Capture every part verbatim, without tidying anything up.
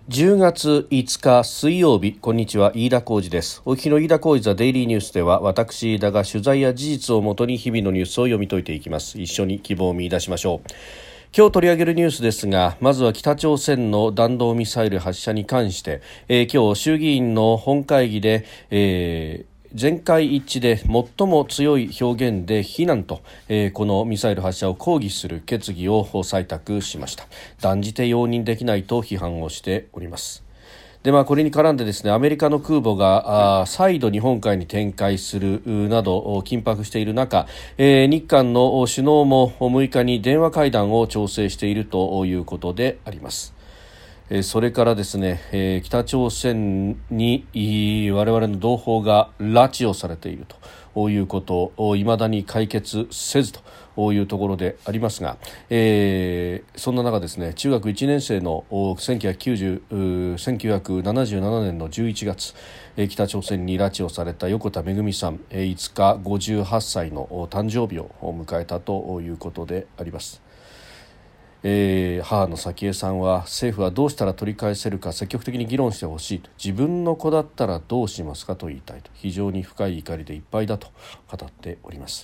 じゅうがついつか水曜日、こんにちは、飯田浩司です。お聞きの飯田浩司ザデイリーニュースでは、私飯田が取材や事実をもとに日々のニュースを読み解いていきます。一緒に希望を見出しましょう。今日取り上げるニュースですが、まずは北朝鮮の弾道ミサイル発射に関して、えー、今日衆議院の本会議で、えー全会一致で最も強い表現で非難と、えー、このミサイル発射を抗議する決議を採択しました。断じて容認できないと批判をしております。でまあ、これに絡んでですね、アメリカの空母が再度日本海に展開するなど緊迫している中、えー、日韓の首脳もむいかに電話会談を調整しているということであります。それからですね、えー、北朝鮮に我々の同胞が拉致をされているということを未だに解決せずというところでありますが、えー、そんな中ですね、中学いちねん生のせんきゅうひゃくきゅうじゅう、せんきゅうひゃくななじゅうななねんのじゅういちがつ、北朝鮮に拉致をされた横田めぐみさん、いつかごじゅうはっさいの誕生日を迎えたということであります。えー、母の早紀江さんは、政府はどうしたら取り返せるか積極的に議論してほしいと、自分の子だったらどうしますかと言いたいと、非常に深い怒りでいっぱいだと語っております。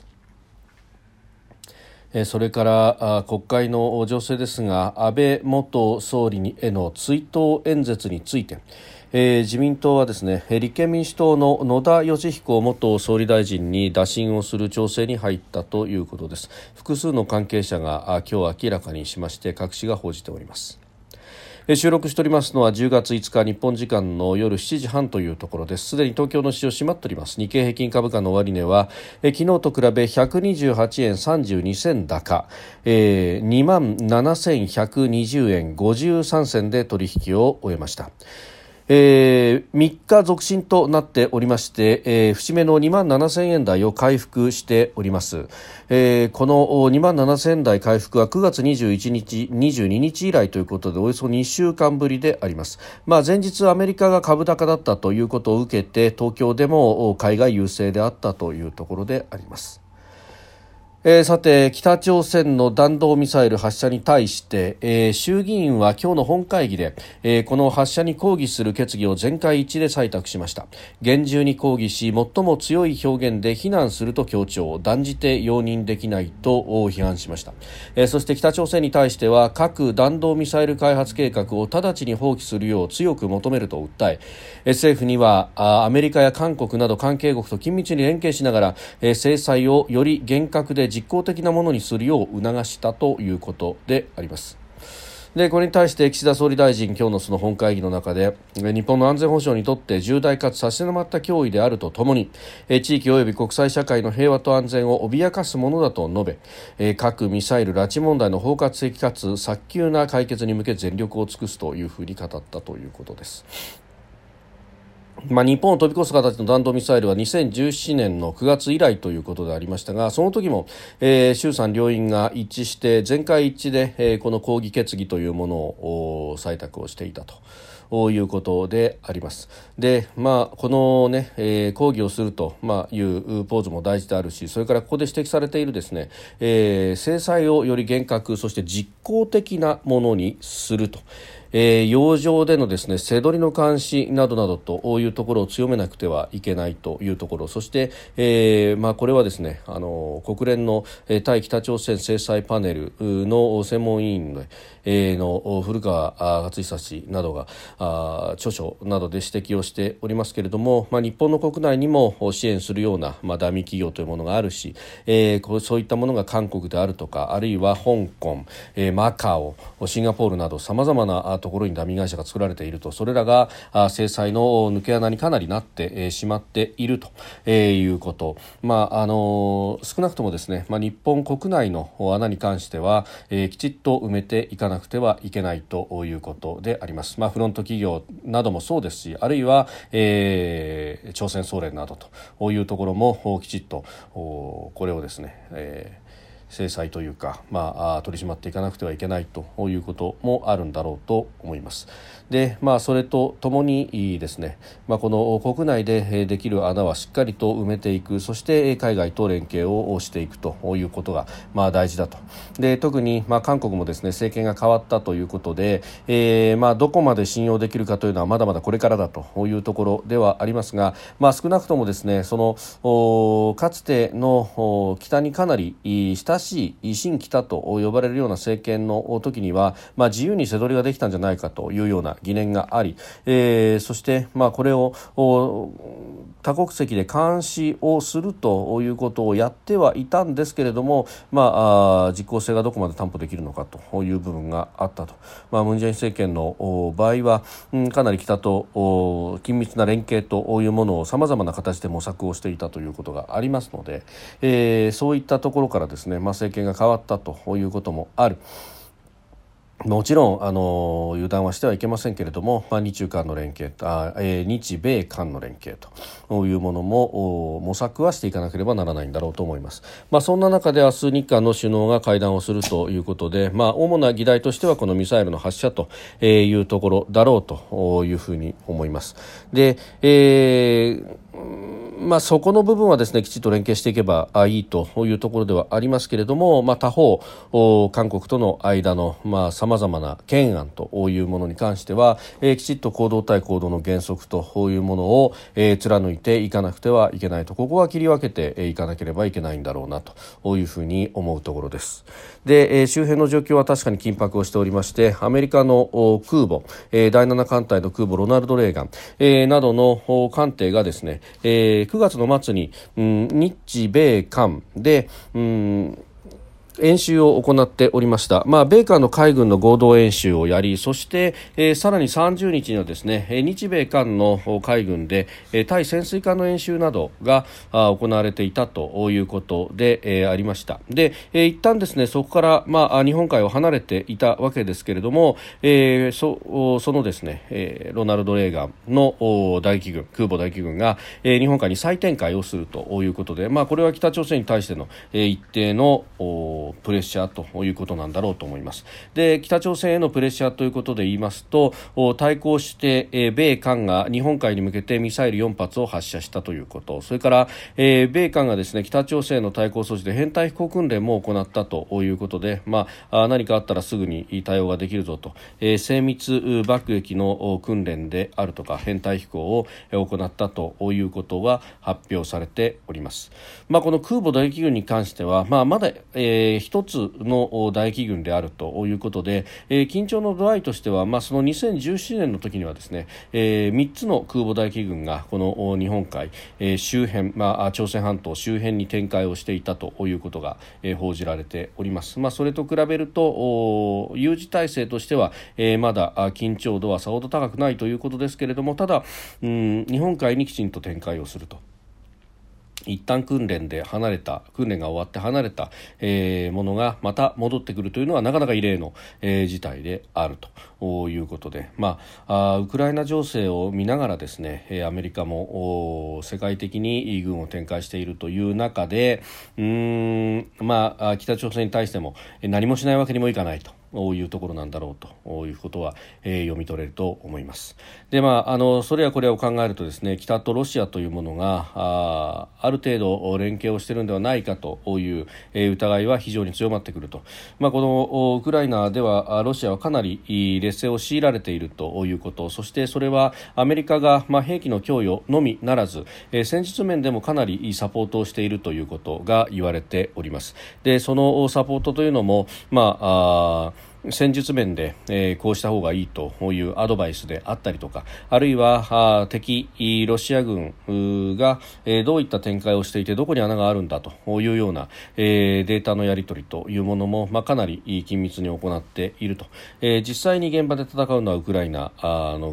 それから国会の情勢ですが、安倍元総理への追悼演説について、えー、自民党はですね、立憲民主党の野田佳彦元総理大臣に打診をする調整に入ったということです。複数の関係者が今日明らかにしまして、各紙が報じております。収録しておりますのはじゅうがついつか日本時間の夜しちじはんというところです。すでに東京の市場閉まっております。日経平均株価の終値はえ昨日と比べひゃくにじゅうはちえんさんじゅうにせん高、えー、にまんななせんひゃくにじゅうえんごじゅうさん銭で取引を終えました。えー、みっか続伸となっておりまして、えー、節目のにまんななせんえん台を回復しております。えー、このにまんななせんえん台回復はくがつにじゅういちにち、にじゅうににち以来ということで、およそにしゅうかんぶりであります。まあ、前日アメリカが株高だったということを受けて、東京でも海外優勢であったというところであります。えー、さて、北朝鮮の弾道ミサイル発射に対して、えー、衆議院は今日の本会議で、えー、この発射に抗議する決議を全会一致で採択しました。厳重に抗議し、最も強い表現で非難すると強調、断じて容認できないと批判しました。えー、そして北朝鮮に対しては、核弾道ミサイル開発計画を直ちに放棄するよう強く求めると訴え、えー、政府にはアメリカや韓国など関係国と緊密に連携しながら、えー、制裁をより厳格で実効的なものにするよう促したということであります。でこれに対して岸田総理大臣、今日のその本会議の中で、日本の安全保障にとって重大かつ差し迫った脅威であるとともに、地域及び国際社会の平和と安全を脅かすものだと述べ、核・ミサイル・拉致問題の包括的かつ早急な解決に向け全力を尽くすというふうに語ったということです。まあ、日本を飛び越す形の弾道ミサイルはにせんじゅうななねんのくがつ以来ということでありましたが、その時も、えー、衆参両院が一致して全会一致で、えー、この抗議決議というものを採択をしていたということであります。で、まあ、このね、えー、抗議をすると、まあ、いうポーズも大事であるし、それからここで指摘されているですね、えー、制裁をより厳格、そして実効的なものにすると。えー、洋上でのですね、瀬取りの監視などなどというところを強めなくてはいけないというところ、そして、えーまあ、これはですね、あの国連の、えー、対北朝鮮制裁パネルの専門委員の、えー、の古川勝久氏などがあ著書などで指摘をしておりますけれども、まあ、日本の国内にも支援するような、まあ、ダミー企業というものがあるし、えー、こうそういったものが韓国であるとか、あるいは香港、えー、マカオ、シンガポールなど様々なところにダミー会社が作られていると、それらが制裁の抜け穴にかなりなってしまっているということ、まああの少なくともですね、まあ、日本国内の穴に関しては、えー、きちっと埋めていかなくてはいけないということであります。まあ、フロント企業などもそうですし、あるいは、えー、朝鮮総連などというところもきちっとこれをですね、えー制裁というか、まあ、取り締まっていかなくてはいけないということもあるんだろうと思います。で、まあ、それとともにですね、まあ、この国内でできる穴はしっかりと埋めていく、そして海外と連携をしていくということが、まあ、大事だと。で、特に、まあ、韓国もですね、政権が変わったということで、えーまあ、どこまで信用できるかというのはまだまだこれからだというところではありますが、まあ、少なくともですね、そのかつての北にかなり親しい新北と呼ばれるような政権の時には、まあ、自由に瀬取りができたんじゃないかというような疑念があり、えー、そして、まあ、これを多国籍で監視をするということをやってはいたんですけれども、まあ、実効性がどこまで担保できるのかという部分があったと。まあ、ムン・ジェイン政権の場合は、うん、かなり北と緊密な連携というものをさまざまな形で模索をしていたということがありますので、えー、そういったところからですね、まあ、政権が変わったということもある。もちろんあの油断はしてはいけませんけれども、まあ、日中韓の連携あ、えー、日米韓の連携というものも模索はしていかなければならないんだろうと思います。まあ、そんな中で明日日韓の首脳が会談をするということで、まあ、主な議題としてはこのミサイルの発射というところだろうというふうに思います。で、えーまあ、そこの部分はですね、きちっと連携していけばいいというところではありますけれども、まあ、他方韓国との間のまあ様々な懸案というものに関しては、えー、きちっと行動対行動の原則というものを、えー、貫いていかなくてはいけないと、ここは切り分けていかなければいけないんだろうなというふうに思うところです。で、えー、周辺の状況は確かに緊迫をしておりまして、アメリカの空母、えー、だいなな艦隊の空母ロナルド・レーガン、えー、などの艦艇がですね、えー、くがつの末に、うん、日米韓で、うん演習を行っておりました。まあ、米韓の海軍の合同演習をやり、そして、えー、さらにさんじゅうにちにはですね、日米韓の海軍で、えー、対潜水艦の演習などがあ行われていたということで、えー、ありました。で、えー、一旦ですね、そこから、まあ、日本海を離れていたわけですけれども、えー、そ, そのですね、えー、ロナルド・レーガンの大気軍、空母大気軍が、えー、日本海に再展開をするということで、まあ、これは北朝鮮に対しての、えー、一定のプレッシャーということなんだろうと思います。で、北朝鮮へのプレッシャーということで言いますと、対抗して、えー、米韓が日本海に向けてミサイルよん発を発射したということ、それから、えー、米韓がですね、北朝鮮の対抗措置で編隊飛行訓練も行ったということで、まあ、何かあったらすぐに対応ができるぞと、えー、精密爆撃の訓練であるとか編隊飛行を行ったということが発表されております。まあ、この空母大気軍に関しては、まあ、まだ、えー、一つの大気軍であるということで、えー、緊張の度合いとしては、まあ、そのにせんじゅうななねんの時にはですね、えー、みっつの空母大気軍がこの日本海、えー、周辺、まあ、朝鮮半島周辺に展開をしていたということが、えー、報じられております。まあ、それと比べると有事体制としては、えー、まだ緊張度はさほど高くないということですけれども、ただ、うん、日本海にきちんと展開をすると、一旦訓練で離れた訓練が終わって離れた、えー、ものがまた戻ってくるというのはなかなか異例の、えー、事態であるということで、まあ、あウクライナ情勢を見ながらですね、アメリカも世界的に軍を展開しているという中で、うーん、まあ、北朝鮮に対しても何もしないわけにもいかないというところなんだろうということは、えー、読み取れると思います。で、まあ、あのそれやこれを考えるとですね、北とロシアというものが あ, ある程度連携をしているのではないかという、えー、疑いは非常に強まってくると、まあ、このウクライナではロシアはかなり劣勢を強いられているということ、そしてそれはアメリカが、まあ、兵器の供与のみならず、えー、戦術面でもかなりサポートをしているということが言われております。で、そのサポートというのも、まあ、あ戦術面で、えー、こうした方がいいというアドバイスであったりとか、あるいは敵ロシア軍が、えー、どういった展開をしていてどこに穴があるんだというような、えー、データのやり取りというものも、まあ、かなり緊密に行っていると、えー、実際に現場で戦うのはウクライナの軍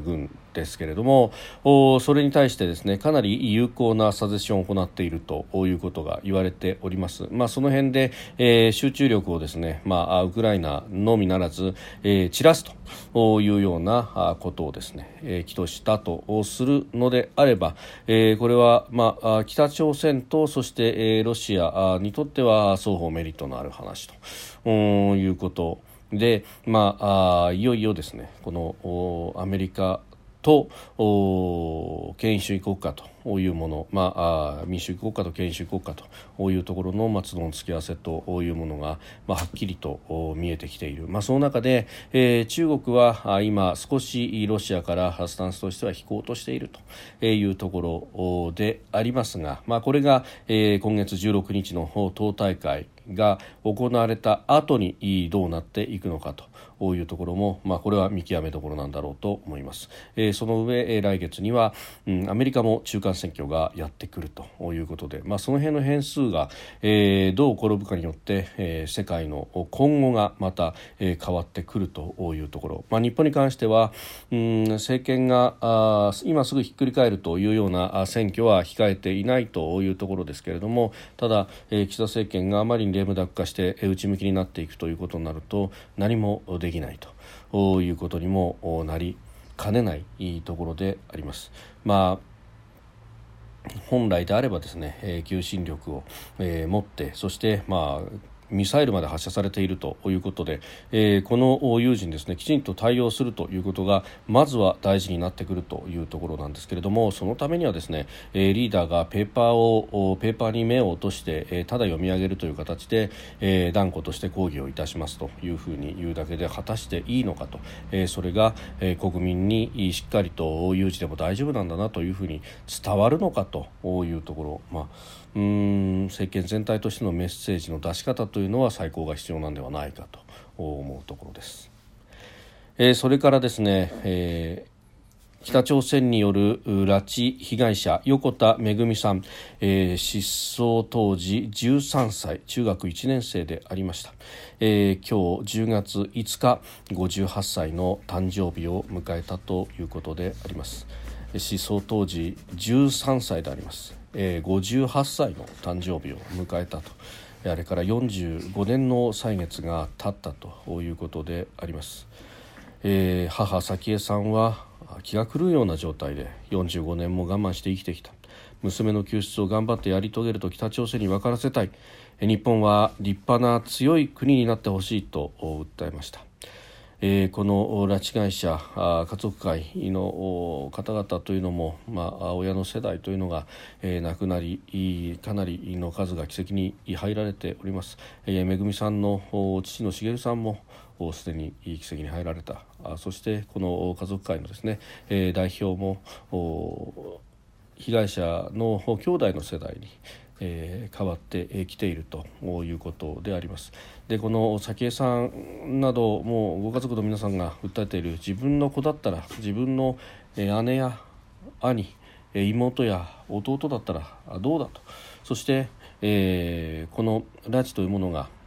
ですけれども、それに対してですねかなり有効なサジェッションを行っているということが言われております。まあ、その辺で、えー、集中力をですね、まあ、ウクライナのみならず、えー、散らすというようなことをですね、えー、起としたとするのであれば、えー、これは、まあ、北朝鮮とそして、えー、ロシアにとっては双方メリットのある話ということで、まあ、あいよいよですねこのアメリカと権威主義国家というもの、まあ、民主主義国家と権威主義国家というところの松の付き合わせというものが、まあ、はっきりと見えてきている、まあ、その中で、えー、中国は今少しロシアからスタンスとしては引こうとしているというところでありますが、まあ、これが、えー、今月じゅうろくにちの党大会が行われた後にどうなっていくのかというところも、まあ、これは見極めどころなんだろうと思います。えー、その上、えー、来月には、うん、アメリカも中間選挙がやってくるということで、まあ、その辺の変数が、えー、どう転ぶかによって、えー、世界の今後がまた、えー、変わってくるというところ、まあ、日本に関しては、うん、政権があ今すぐひっくり返るというような選挙は控えていないというところですけれども、ただ、えー、岸田政権があまりにレームダック化して内向きになっていくということになると何もできないということにもなりかねないところであります。まあ、本来であればですね、えー、求心力を、えー、持ってそしてまあミサイルまで発射されているということで、えー、この有事にですねきちんと対応するということがまずは大事になってくるというところなんですけれども、そのためにはですね、えー、リーダーがペーパーをペーパーに目を落として、えー、ただ読み上げるという形で、えー、断固として抗議をいたしますというふうに言うだけで果たしていいのかと、えー、それが、えー、国民にしっかりと有事でも大丈夫なんだなというふうに伝わるのかというところ、まあうーん政権全体としてのメッセージの出し方というのは再考が必要なんではないかと思うところです。えー、それからですね、えー、北朝鮮による拉致被害者横田めぐみさん、えー、失踪当時じゅうさんさい中学いちねん生でありました。えー、今日じゅうがついつかごじゅうはっさいの誕生日を迎えたということであります。失踪当時じゅうさんさいであります。えー、ごじゅうはっさいの誕生日を迎えたと、あれからよんじゅうごねんの歳月が経ったということであります。えー、母早紀江さんは気が狂うような状態でよんじゅうごねんも我慢して生きてきた。娘の救出を頑張ってやり遂げると北朝鮮に分からせたい。日本は立派な強い国になってほしいと訴えました。えー、この拉致被害者家族会の方々というのも、まあ、親の世代というのが、えー、亡くなりかなりの数が奇跡に入られております。えー、めぐみさんの父の茂さんもすでに奇跡に入られた。あそしてこの家族会のですね、えー、代表も被害者の兄弟の世代にえー、変わってきているということであります。でこの早紀江さんなどもうご家族の皆さんが訴えている自分の子だったら自分の姉や兄妹や弟だったらどうだと、そして、えー、この拉致というものが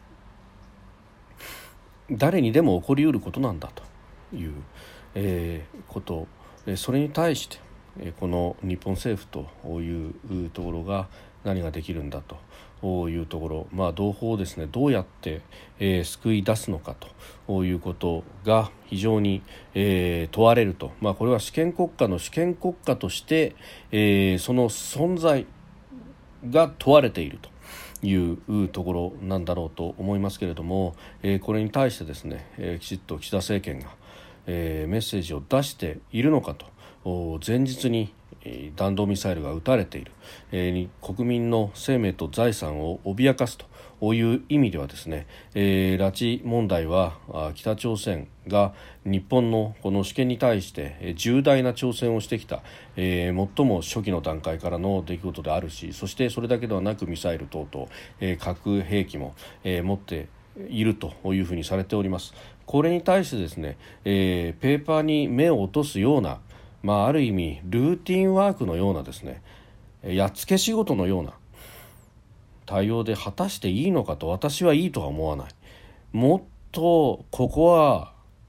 誰にでも起こりうることなんだという、えー、ことそれに対してこの日本政府というところが何ができるんだというところ、まあ、同胞をですねどうやって、えー、救い出すのかということが非常に、えー、問われると、まあ、これは主権国家の主権国家として、えー、その存在が問われているというところなんだろうと思いますけれども、えー、これに対してですね、えー、きちっと岸田政権が、えー、メッセージを出しているのかと、前日に弾道ミサイルが撃たれている、えー、国民の生命と財産を脅かすという意味ではですね、えー、拉致問題は北朝鮮が日本のこの主権に対して重大な挑戦をしてきた、えー、最も初期の段階からの出来事であるし、そしてそれだけではなくミサイル等々、えー、核兵器も、えー、持っているというふうにされております。これに対してですね、えー、ペーパーに目を落とすような、まあ、ある意味ルーティンワークのようなですね、やっつけ仕事のような対応で果たしていいのかと私はいいとは思わない。もっとここは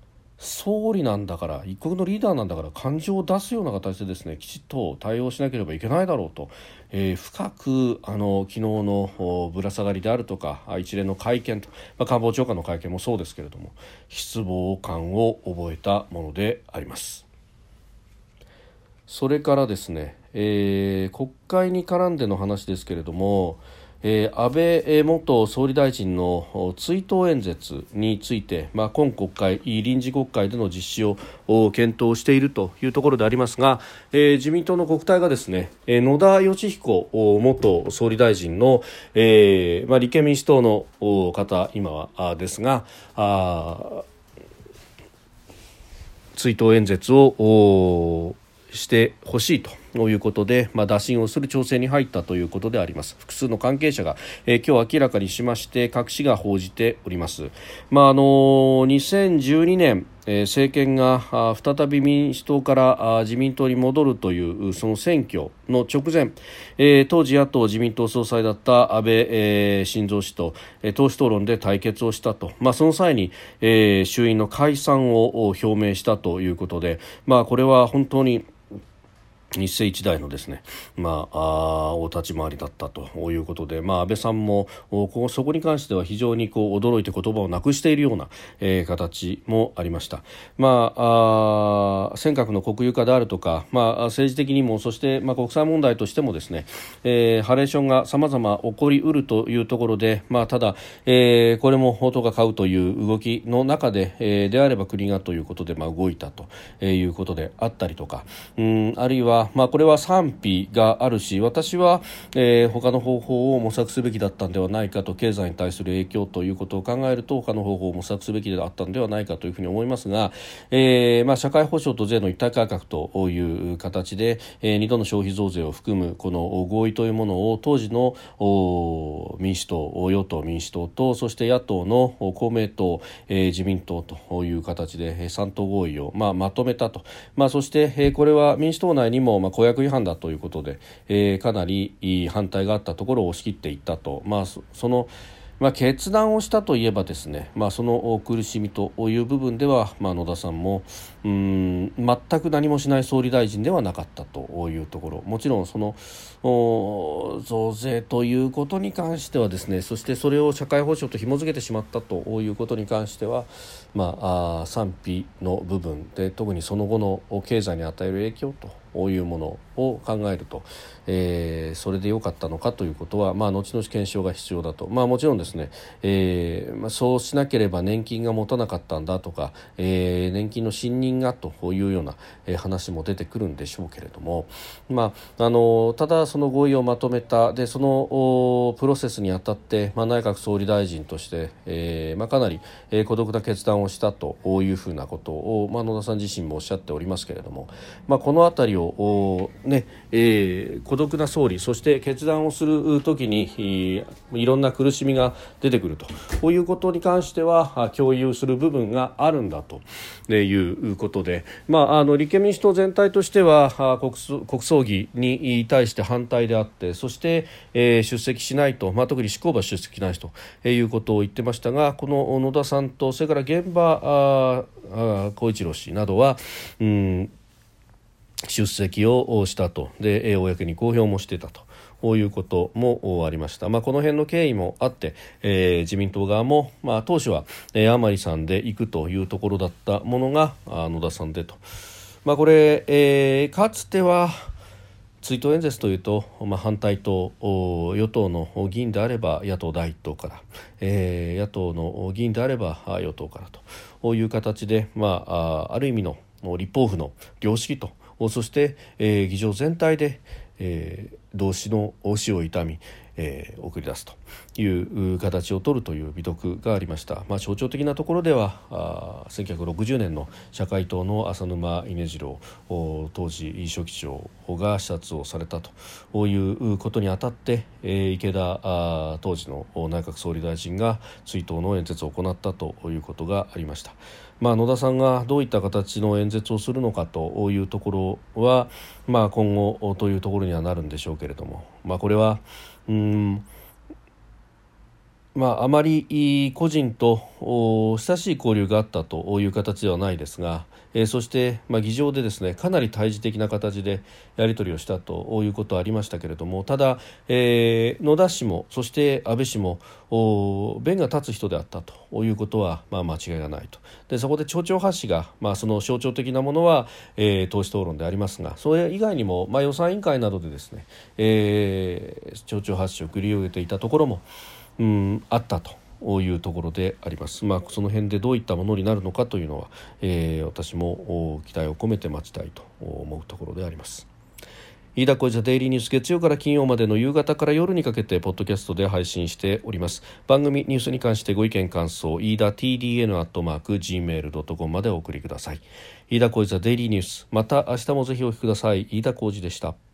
総理なんだから一国のリーダーなんだから感情を出すような形でですねきちっと対応しなければいけないだろうと、えー、深くあの昨日のぶら下がりであるとか一連の会見と、まあ、官房長官の会見もそうですけれども失望感を覚えたものであります。それからですね、えー、国会に絡んでの話ですけれども、えー、安倍元総理大臣の追悼演説について、まあ、今国会臨時国会での実施を検討しているというところでありますが、えー、自民党の国対がですね野田佳彦元総理大臣の、えーまあ、立憲民主党の方今はですがあ追悼演説をしてほしいということで、まあ、打診をする調整に入ったということであります。複数の関係者が、えー、今日明らかにしまして各紙が報じております。まああのにせんじゅうにねん、えー、政権が再び民主党から自民党に戻るというその選挙の直前、えー、当時野党自民党総裁だった安倍、えー、晋三氏と、えー、党首討論で対決をしたと、まあ、その際に、えー、衆院の解散を表明したということで、まあ、これは本当に一世一代のですね、まあ、あお立ち回りだったということで、まあ、安倍さんもこそこに関しては非常にこう驚いて言葉をなくしているような、えー、形もありました。まあ、あ尖閣の国有化であるとか、まあ、政治的にもそして、まあ、国際問題としてもですね、えー、ハレーションが様々起こりうるというところで、まあ、ただ、えー、これも法とか買うという動きの中で、えー、であれば国がということで、まあ、動いたということであったりとか、うんあるいはまあ、これは賛否があるし私は、えー、他の方法を模索すべきだったのではないかと経済に対する影響ということを考えると他の方法を模索すべきだったのではないかというふうに思いますが、えーまあ、社会保障と税の一体改革という形で、えー、にどの消費増税を含むこの合意というものを当時の民主党与党民主党とそして野党の公明党、えー、自民党という形でさん党合意を、まあ、まとめたと、まあ、そして、えー、これは民主党内にもまあ、公約違反だということで、えー、かなり反対があったところを押し切っていったと、まあ、そ, そのまあ、決断をしたといえばですね、まあ、その苦しみという部分では、まあ、野田さんもうーん全く何もしない総理大臣ではなかったというところ、もちろんその増税ということに関してはですね、そしてそれを社会保障と紐付けてしまったということに関しては、まあ、あ賛否の部分で特にその後の経済に与える影響とこういうものを考えると、えー、それで良かったのかということは、まあ、後々検証が必要だと、まあ、もちろんですね、えーまあ、そうしなければ年金が持たなかったんだとか、えー、年金の信任がというような、えー、話も出てくるんでしょうけれども、まあ、あのただその合意をまとめたでそのプロセスにあたって、まあ、内閣総理大臣として、えーまあ、かなり、えー、孤独な決断をしたというふうなことを、まあ、野田さん自身もおっしゃっておりますけれども、まあ、このあたりをねえー、孤独な総理そして決断をするときにいろんな苦しみが出てくるとこういうことに関しては共有する部分があるんだということで、まあ、あの立憲民主党全体としては国、国葬儀に対して反対であってそして、えー、出席しないと、まあ、特に執行部は出席しないということを言ってましたが、この野田さんとそれから現場小一郎氏などはうん出席をしたとで公に公表もしていたとこういうこともありました。まあ、この辺の経緯もあって、えー、自民党側も、まあ、当初は、えー、甘利さんで行くというところだったものが野田さんでと、まあ、これ、えー、かつては追悼演説というと、まあ、反対党与党の議員であれば野党第一党から、えー、野党の議員であれば与党からという形で、まあ、ある意味の立法府の良識とそして、えー、議場全体で、えー、同志の死を悼み、えー、送り出すという形を取るという美徳がありました。まあ、象徴的なところではあせんきゅうひゃくろくじゅうねんの社会党の浅沼稲次郎当時書記長が視察をされたということにあたって、えー、池田あ当時の内閣総理大臣が追悼の演説を行ったということがありました。まあ、野田さんがどういった形の演説をするのかというところは、まあ、今後というところにはなるんでしょうけれども、まあ、これはうーんまあ、あまり個人と親しい交流があったという形ではないですが、えー、そして、まあ、議場でですねかなり対峙的な形でやり取りをしたということはありましたけれども、ただ、えー、野田氏もそして安倍氏も弁が立つ人であったということは、まあ、間違いがないと。でそこで町長発信が、まあ、その象徴的なものは、えー、党首討論でありますが、それ以外にも、まあ、予算委員会などでですね、えー、町長発信を繰り広げていたところもうん、あったというところであります。まあ、その辺でどういったものになるのかというのは、えー、私も期待を込めて待ちたいと思うところであります。飯田浩司ザデイリーニュース、月曜から金曜までの夕方から夜にかけてポッドキャストで配信しております。番組ニュースに関してご意見感想、飯田 ティーディーエヌ アットマーク ジーメールドットコム までお送りください。飯田浩司ザデイリーニュース、また明日もぜひお聞きください。飯田浩司でした。